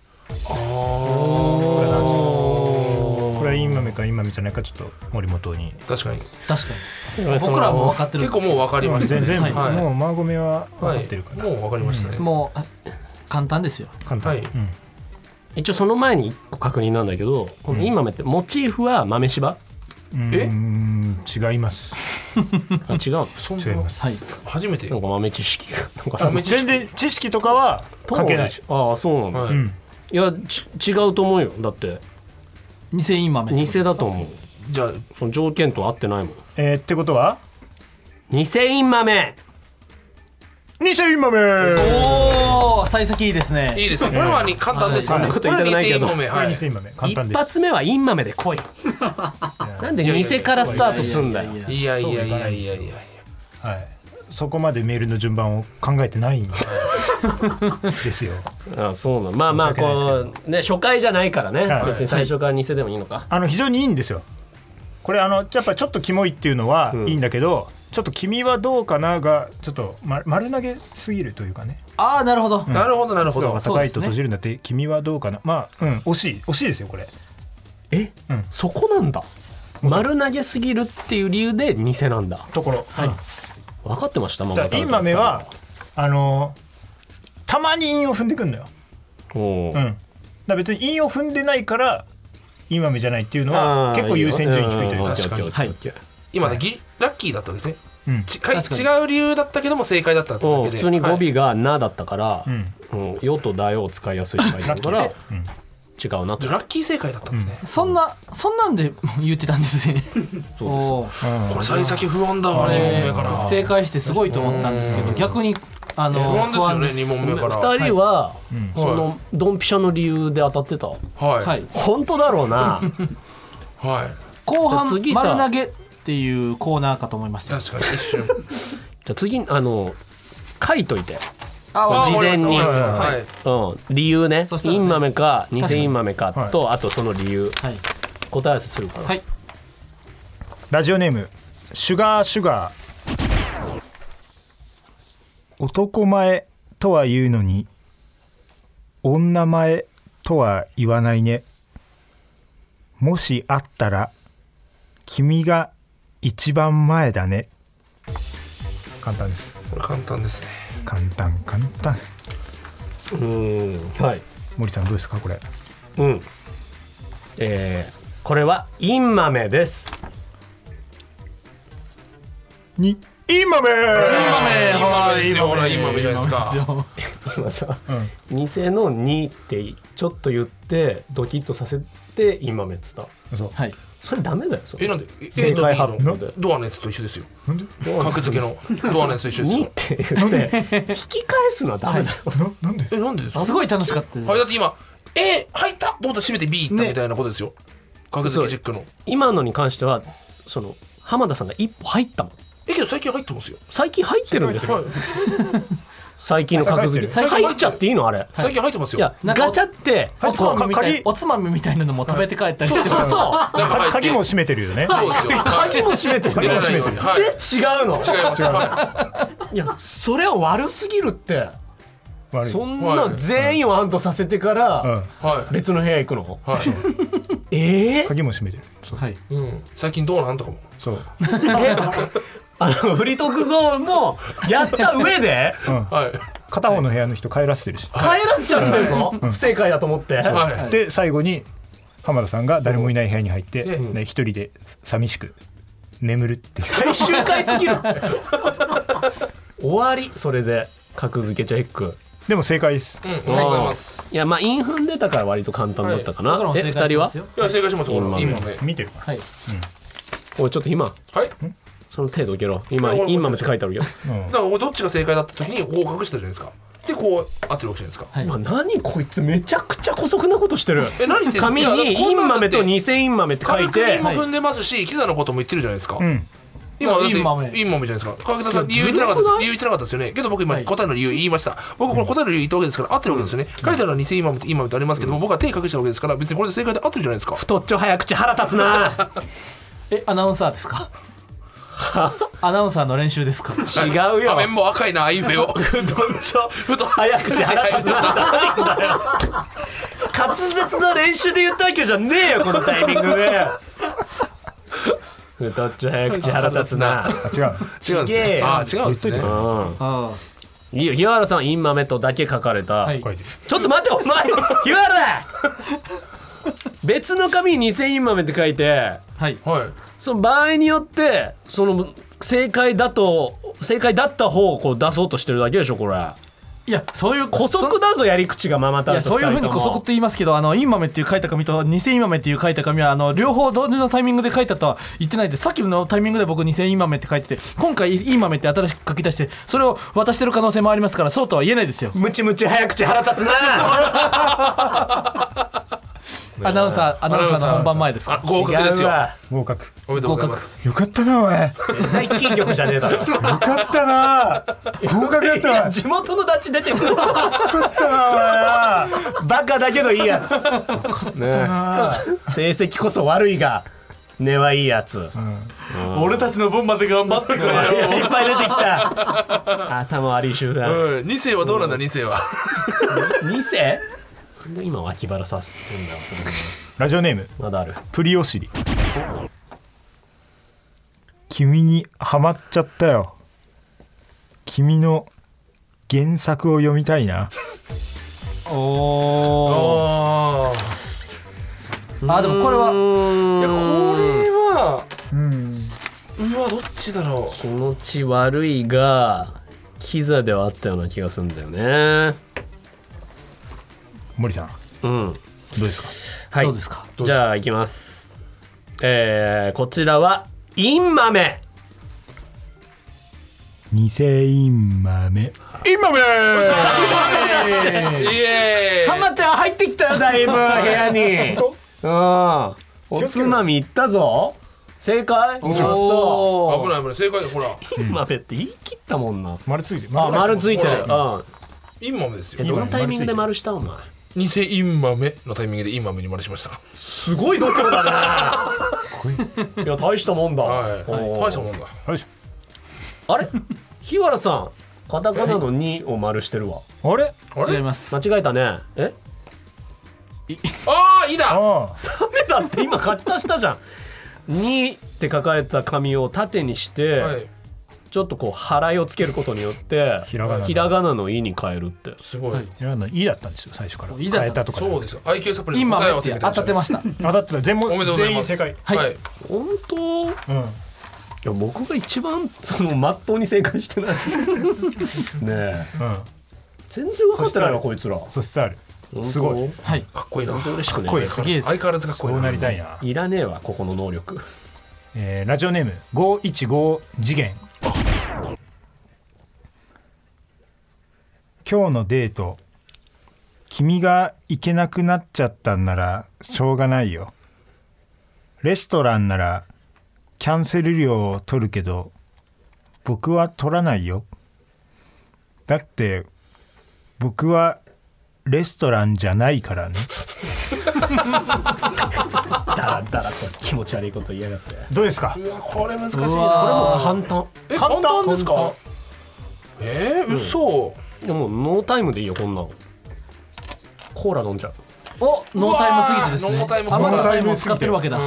これはインマメかインマメじゃないかちょっと森本に。 確かに僕らも分かってる。 結構もう分かりましたね。 全部もうマーゴメは分かってるから。 もう分かりましたね。 もう簡単ですよ。 簡単。 一応その前に1個確認なんだけど、このインマメってモチーフは豆柴？ 違います。 あ、違う。 違います。 はい。 初めてなんか豆知識がなんか全然知識とかは関係ない。 ああ、そうなんだ、 はいいや違うと思うよ。だって偽インマメ。 偽だと思う。 じゃあその条件と合ってないもん。 ってことは偽イン豆。 偽イン豆。 おお、幸先いいですね。 いいですね。これは簡単ですよね。 そんなこと言いたくないけどこれは偽イン豆簡単です。 一発目はイン豆で来い。なんで偽からスタートすんだよ。 いやいやいやいやいや。 はい。そこまでメールの順番を考えてないんですよ。 あ、そうなの。まあまあこうね、初回じゃないからね、 はい別に最初から偽でもいいのか。 非常にいいんですよ。これやっぱちょっとキモいっていうのはいいんだけど、ちょっと君はどうかながちょっと丸投げすぎるというかね。 ああ、なるほど。 なるほどなるほど。 高いと閉じるんだって、君はどうかな。まあ惜しいですよこれ。 そこなんだ。丸投げすぎるっていう理由で偽なんだ。 ところ。はい。 分かってました。 イン豆はたまに韻を踏んでくんのよ。だ別に韻を踏んでないからイン豆じゃないっていうのは結構優先順位低いというか。 確かに。 はい。 今ラッキーだったわけですね。違う理由だったけども正解だったってだけで。 普通に語尾がなだったから「よ」と「だよ」を使いやすいって書いてあるから違うなと。 ラッキー正解だったんですね。 そんなんで言ってたんですね。 そうです。 これ幸先不安だわ、2問目から。 正解してすごいと思ったんですけど、逆に不安ですよね、2問目から。 2人はそのドンピシャの理由で当たってた。 はい。 本当だろうな。 はい。 後半丸投げっていうコーナーかと思いました。 確かに一瞬。 じゃあ次書いといて。 事前に理由ね、イン豆か偽イン豆かと、あとその理由答え合わせするから。 ラジオネームシュガーシュガー。男前とは言うのに女前とは言わないね。もしあったら君が一番前だね。簡単です。 これ簡単ですね。 簡単。 はい。 森さんどうですかこれ。 これはイン豆です。 イン豆ですよ。ほらイン豆じゃないですか。 今さ、偽の2ってちょっと言ってドキッとさせてイン豆って言った。 そう。 はい。 それダメだよ。 なんで正解発表でドアのやつと一緒ですよ。 なんで格付けのドアのやつと一緒ですよ。 2って言って引き返すのはダメだよ。 なんでなんでですか。 すごい楽しかったです。 はい、だって今入ったと思ったら閉めて B 行ったみたいなことですよ。格付けチェックの。 今のに関してはその浜田さんが一歩入ったもん。 けど最近入ってますよ。 最近入ってるんですよ。最近の格付け入っちゃっていいのあれ。 最近入ってますよ。 いやガチャっておつまみみたいなのも食べて帰ったりしてます。 鍵も閉めてるよね。 鍵も閉めてる。で違うの。 違います。 いやそれは悪すぎるって。そんな全員を安堵させてから別の部屋行くの。 鍵も閉めてる。 最近どうなんとかも。 そう。 フリートークゾーンもやった上で片方の部屋の人帰らせてるし。 帰らせちゃってるの。不正解だと思って。 で最後に浜田さんが誰もいない部屋に入って一人で寂しく眠るって最終回すぎる。終わり。それで格付けチェック。 でも正解です。 いやまあインフン出たから割と簡単だったかな。2人は。 いや正解します。今見てる。 はい。 おいちょっと今。 はい。 その程度受けろ。今インマメって書いてあるよ。 だからどっちが正解だった時にこう隠したじゃないですか。でこう合ってるわけじゃないですか。 何こいつめちゃくちゃ姑息なことしてる。紙にインマメと偽インマメって書いて。 も踏んでますし、キザのことも言ってるじゃないですか。今だってインマメじゃないですか。川北さん理由言ってなかったですよね。けど僕今答えの理由言いました。僕この答えの理由言ったわけですから合ってるわけですよね。書いてあるのは偽インマメとインマメってありますけども、僕は手隠したわけですから別にこれで正解で合ってるじゃないですか。 太っちょ早口腹立つな。 アナウンサーですか。アナウンサーの練習ですか。 違うよ。 画面も赤いな、あいうえを。 太っちょ早口腹立つなじゃないんだよ。滑舌の練習で言ったわけじゃねえよこのタイミングで。太っちょ早口腹立つな。 違う違うんですね。 いいよ日原さんインマメとだけ書かれた。ちょっと待ってお前日原別の紙に偽インマメって書いて、 はい、 その場合によってその正解だった方をこう出そうとしてるだけでしょこれ。 いやそういう姑息だぞやり口がママタルト。 そういうふうに姑息って言いますけど、インマメっていう書いた紙と偽インマメっていう書いた紙は両方同時のタイミングで書いたとは言ってないで、さっきのタイミングで僕偽インマメって書いてて、今回インマメって新しく書き出してそれを渡してる可能性もありますから、そうとは言えないですよ。 ムチムチ早口腹立つなアナウンサーの本番前ですか。 合格ですよ。 合格。 おめでとうございます。 よかったなおい。 大金曲じゃねえだろ。よかったな。合格やったわ。 地元のダチ出てくる。よかったなお前。 バカだけどいいやつ。よかったな。成績こそ悪いが根はいいやつ。 俺たちの分まで頑張ってくれよ。 いっぱい出てきた。頭悪い集団。 2世はどうなんだ2世は。 2世？今脇腹さすってんだよ。 ラジオネームまだある。 プリオシリ。君にハマっちゃったよ。君の原作を読みたいな。 おー。でもこれは、 いやこれはうわどっちだろう。 気持ち悪いがキザではあったような気がするんだよね。 森さん、どうですか。 はい、 どうですか。 じゃあいきます。こちらはインマメ。 偽インマメ。インマメ。 浜ちゃん入ってきたよだいぶ部屋に。おつまみいったぞ。正解。ちょっと危ない危ない。正解だほら。 インマメって言い切ったもんな。 丸ついてる。 丸ついてる。 インマメですよ。 どのタイミングで丸したお前。 偽インマメのタイミングでインマメに丸しました。 すごい度胸だね。いや大したもんだ。 大したもんだ。 あれ日原さんカタカナの2を丸してるわ。 あれ違います。 間違えたね。 いいだ。 ダメだって今書き足したじゃん。2って書かれた紙を縦にして、ちょっとこう払いをつけることによってひらがなの「い」に変えるって。 すごい。 ひらがなの「い」だったんですよ最初から。 いだったとか。 そうですよ。IQ サプリ今答え合わせ当たってました。 当たってた。全おめでとうございます。 正解。 はい。 本当？いや僕が一番まっとうに正解してない。ねえ。全然分かってないわこいつら。 素質ある。すごい。 はい。 かっこいいな。 全然嬉しくね。 かっこいい。 すげえ。 相変わらずかっこいい。 そうなりたいな。 いらねえわここの能力。 ラジオネーム515次元。今日のデート君が行けなくなっちゃったんならしょうがないよ。レストランならキャンセル料を取るけど僕は取らないよ。だって僕はレストランじゃないからね。 だらだらと気持ち悪いこと言いやがって。 どうですか。 うわこれ難しいな。 これも簡単。 簡単ですか。嘘。 でもノータイムでいいよこんなの。コーラ飲んじゃう。 おノータイムすぎてですね。 ノータイム余ったタイムを使ってるわけだ。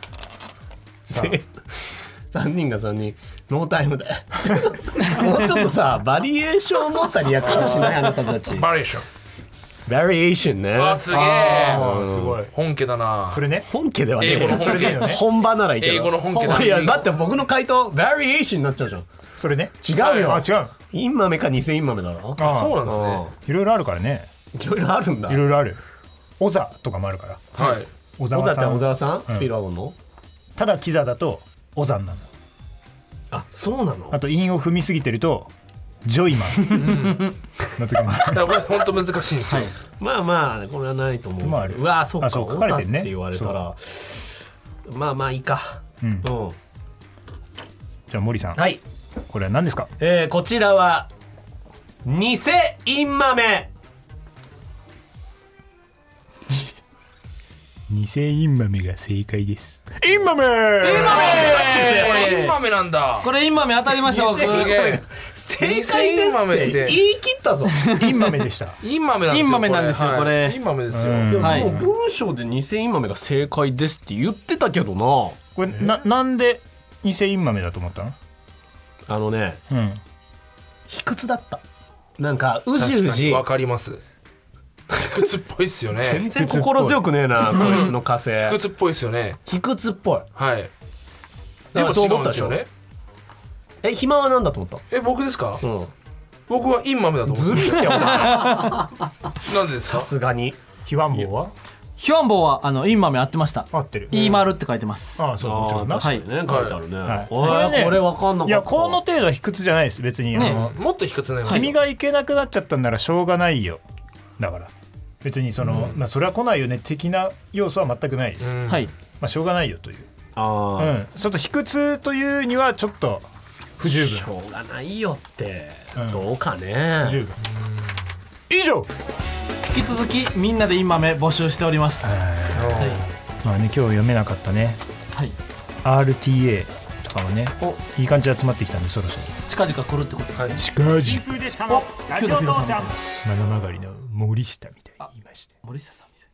3人が3人ノータイムで。もうちょっとさバリエーションを持ったリアクションしないあなたたち。 バリエーション。 バリエーションね。 すげえ。 すごい。 本家だな。 それね。 本家ではねえけど。 それで本場ならいいけど。 英語の本家だ。 いや待って僕の回答バリエーションになっちゃうじゃん。 それね。 違うよ。 違う。 インマメか偽インマメだろ。 そうなんですね。 いろいろあるからね。 いろいろあるんだ。 いろいろある。オザとかもあるから。 はい。 小沢って小沢さん、スピードワゴンの。 ただキザだとオザンなの。 あ、そうなの。 あと韻を踏みすぎてるとジョイマンの時もある。 だからこれ本当難しいんですよ。 まあまあこれはないと思う。 まあある。 うわそうか。 書かれてるね。 って言われたらまあまあいいか。 じゃあ森さん。 はい。 これは何ですか。 こちらは偽インマメ。 偽インマメが正解です。インマメ。 これインマメなんだ。 これインマメ当たりました。 すげえ。 正解ですって言い切ったぞ。 インマメでした。 インマメなんですよ。 インマメなんですよこれ。 インマメですよ。 もう文章で偽インマメが正解ですって言ってたけどな。 これなんで偽インマメだと思ったの。 あのね、卑屈だった。なんかうじうじ。 わかります。卑屈っぽいっすよね。 全然心強くねえなこいつの火星。 卑屈っぽいっすよね。 卑屈っぽい。 はい。 でもそう思ったでしょ。 肥満は何だと思った？ 僕ですか？僕はインマメだと思ずるいってお前なんでですか？ さすがに。 ヒワンボウは？ ヒワンボウはインマメ合ってました。 合ってる。 イーマルって書いてます。 ああ、そう、もちろんな。 確かにね、書いてあるね。 これわかんなかった。 いや、この程度は卑屈じゃないです、別に。 もっと卑屈な。 君が行けなくなっちゃったんならしょうがないよ。だから別にそれは来ないよね的な要素は全くないです。 はい。 しょうがないよという。ちあょっと卑屈というにはちょっと不十分。 しょうがないよってどうかね。 不十分。以上。 引き続きみんなでインマメ募集しております。 まあね、今日読めなかったね。 はい。 RTA とかもね、いい感じで集まってきたんで、そろそろ近々来るってことですね。近々。 真空でしかのラジオ父ちゃん。 七曲りの森下みたいに言いまして。 森下さんみ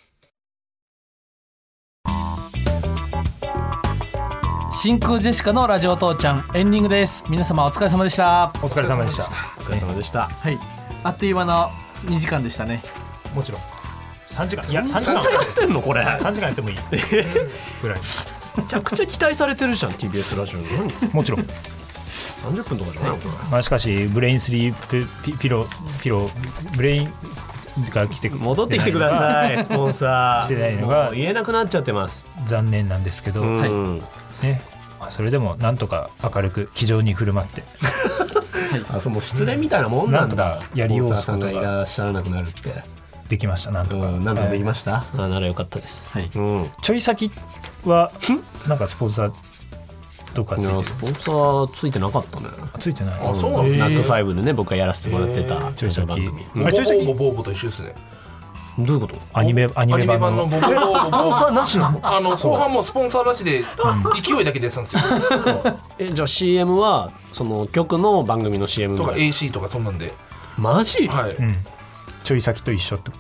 たいな。真空ジェシカのラジオ父ちゃんエンディングです。皆様お疲れ様でした。 お疲れ様でした。 お疲れ様でした。 はい。あっという間の2時間でしたね。 もちろん3時間。いや、3時間やってんのこれ。 3時間やってもいいぐらい。 めちゃくちゃ期待されてるじゃん TBS ラジオに。 もちろん 30分とかじゃないの？ しかしブレインスリープピロブレインが来て戻ってきてください。スポンサー来てないのが言えなくなっちゃってます。 残念なんですけど、ね、それでもなんとか明るく気丈に振る舞ってその失恋みたいなもんなんだ。 やりようスポンサーさんがいらっしゃらなくなるってできました。なんとかなんとかできました。ならよかったです。 ちょい先はなんかスポンサーとかついてる？ スポンサーついてなかったね。 ついてない。 ナック5でね、僕がやらせてもらってたちょい先番組。 ボーボーと一緒ですね。 どういうこと？ アニメ版のボーボー。 スポンサーなしなの？ 後半もスポンサーなしで勢いだけでやってたんですよ。 じゃあ CM はその曲の番組の CM とか AC とかそんなんで。 マジ？ はい。 ちょい先と一緒ってこと？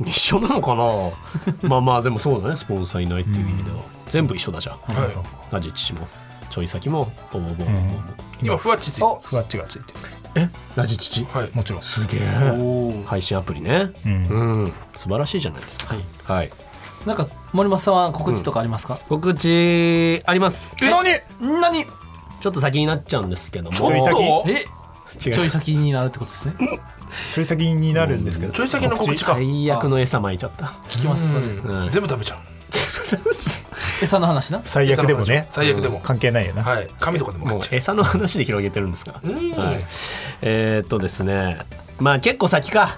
一緒なのかな。まあでもそうだね。スポンサーいないっていう意味では全部一緒だじゃん。ラジチもちょい先もボボボボボ。 今ふわっちついて。 ふわっちがついてる。 ラジチ？ はい。 もちろん。 すげえ。配信アプリね。素晴らしいじゃないですか。はい。 なんか森本さんは告知とかありますか？ 告知あります。 何？ ちょっと先になっちゃうんですけども。 ちょっと？ ちょい先になるってことですね。 ちょい先になるんですけど。 ちょい先の告知か。 最悪の餌巻いちゃった。 聞きますそれ。 全部食べちゃう。 餌の話な。 最悪でもね。 最悪でも関係ないよな。 はい。紙とかでも。 もう餌の話で広げてるんですか。はい。ですね。まあ結構先か。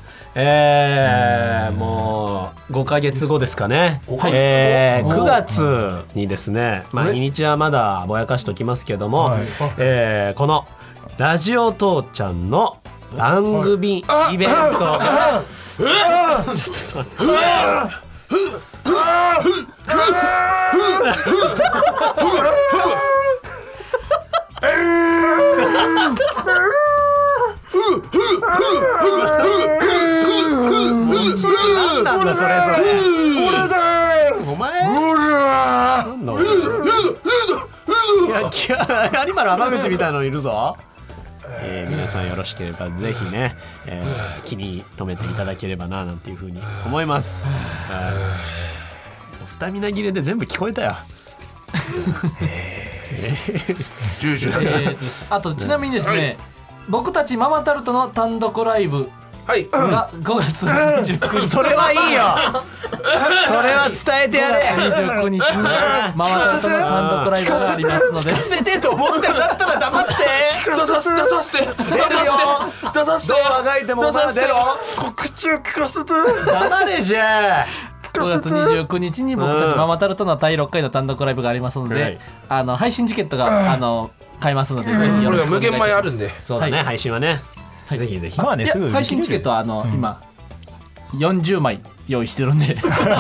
もう5ヶ月後ですかね。9月にですね。まあ日にちはまだぼやかしておきますけども、このラジオ父ちゃんの番組イベントがちょっとさなんだそれ俺だお前なんだ俺アニマル浜口みたいなのいるぞ。皆さんよろしければぜひね、気に留めていただければななんていうふうに思います。スタミナ切れで全部聞こえたよ。 あとちなみにですね、僕たちママタルトの単独ライブが5月29日。 それはいいよ。それは伝えてやれ。 29日にママタルトの単独ライブがありますので。 聞かせてと思ってんだったら黙って。 出させて。 どうあがいてもまだ出ろ。 告知を聞かせて。 黙れじゃ。 5月29日に僕たちママタルトの第6回の単独ライブがありますので、配信チケットが買えますので、ぜひよろしくお願いします。 無限前あるんで。 そうだね、配信はね。ぜひぜひ。 まあね、すぐ配信チケットは今40枚用意してるんで。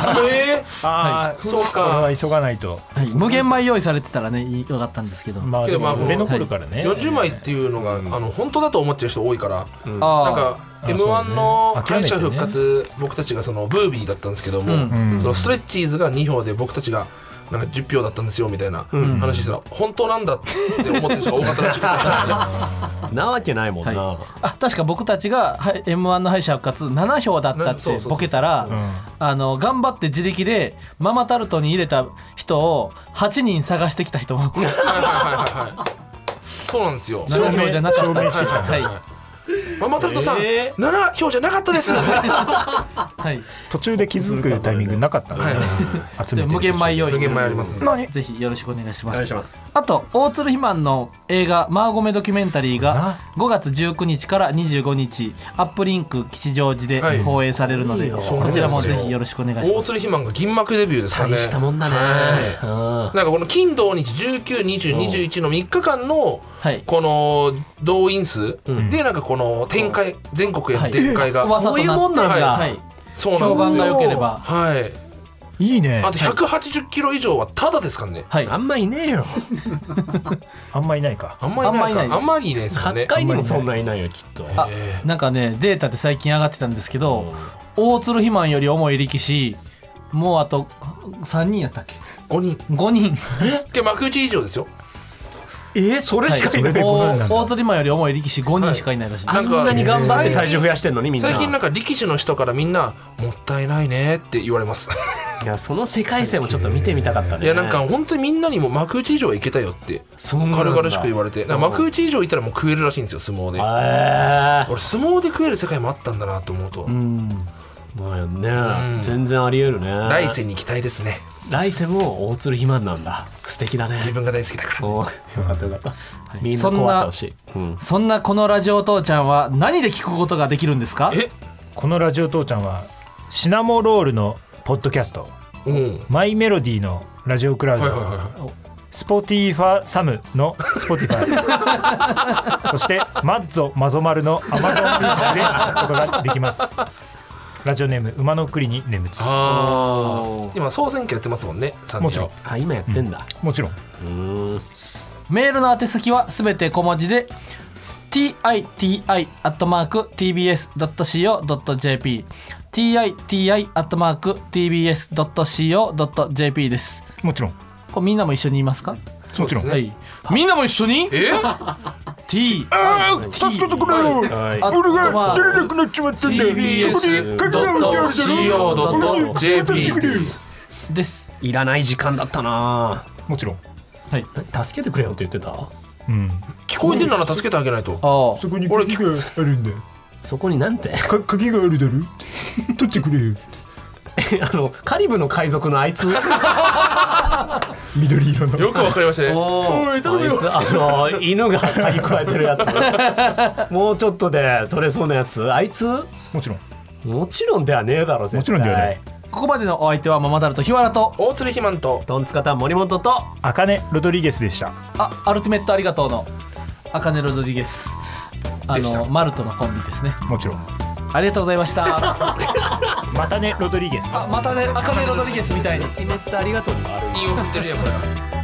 そうか。 これは急がないと。 無限枚用意されてたらねよかったんですけど。 まあ売れ残るからね。 40枚っていうのが本当だと思っちゃう人多いから。なんか M1 の敗者復活、僕たちがそのブービーだったんですけども、そのストレッチーズが2票で僕たちがなんか10票だったんですよみたいな話したら、本当なんだって思ってる人が多かったらしくて。 なわけないもんな。 確か僕たちが M1 の敗者復活7票だったってボケたら、頑張って自力でママタルトに入れた人を8人探してきた人もそうなんですよ。 7票じゃなかった。 はい。 ママタルトさん、7票じゃなかったです。 はい。 途中で気づくタイミングなかったね。 集めて無限米用意して、 無限米あります。 ぜひよろしくお願いします。 お願いします。 あと大鶴ひまんの映画マーゴメドキュメンタリーが5月19日から25日アップリンク吉祥寺で放映されるので、こちらもぜひよろしくお願いします。 大鶴ひまんが銀幕デビューですかね。 大したもんだね。 なんかこの金土日19、20、21の3日間のこの動員数でなんかこの展開、全国への展開がそういうもんなんだ。 そうなんですよ。 評判が良ければ。 はい。 いいね。 あと180キロ以上はタダですからね。 はい。 あんまいねえよ。 あんまいないか。 あんまいないか。あんまりいないですよね。 8回にもそんないないよきっと。 なんかねデータで最近上がってたんですけど、大鶴ひまんより重い力士もうあと3人やったっけ？5人。 幕内以上ですよ。 それしかいない。 大鶴ひまんより重い力士5人しかいないらしい。 あんなに頑張って体重増やしてんのにみんな。 最近なんか力士の人からみんなもったいないねって言われます。 いやその世界線もちょっと見てみたかったね。 いやなんか本当にみんなにも幕内以上はいけたよって軽々しく言われて、幕内以上いったらもう食えるらしいんですよ相撲で。俺相撲で食える世界もあったんだなと思うと。 まあね、全然ありえるね。 来世に期待ですね。 来世も大鶴ひまんなんだ。素敵だね。 自分が大好きだから。 よかったよかった。みんなこうあってほしい。 そんなこのラジオ父ちゃんは何で聞くことができるんですか？ このラジオ父ちゃんはシナモロールのポッドキャスト、マイメロディのラジオクラウド、スポティファサムのスポティファイそしてマッゾマゾマルのアマゾンミュージックで聞くことができます。ラジオネーム馬の栗に念仏。 今総選挙やってますもんね。 もちろん。 今やってんだ。 もちろん。 メールの宛先はすべて小文字で titi@tbs.co.jp titi@tbs.co.jp です。 もちろん。 これみんなも一緒に言いますか？ もちろん。 はい。みんなも一緒に助けてくれよ。俺が出れなくなっちまったんだ。 tbs.co.jp です。 いらない時間だったな。 もちろん。 はい。 助けてくれよって言ってた。 聞こえてんなら助けてあげないと。 そこに鍵があるんだ。 そこになんて？ 鍵があるだろ。取ってくれよ。 カリブの海賊のあいつ。 緑色の。 よくわかりましたね。 おい頼むよ。 犬が嗅ぎ加えてるやつ。もうちょっとで取れそうなやつ。あいつ？ もちろん。 もちろんではねえだろ。 もちろんではない。 ここまでのお相手はママタルト日原と大鶴ひまんとトンツカタン森本と茜ロドリゲスでした。 アルティメットありがとうの茜ロドリゲス。マルトのコンビですね。 もちろん。 ありがとうございました。 またねロドリゲス。 またね茜ロドリゲスみたいに。 アルティメットありがとうもある。 いいよ振ってるやんこれ。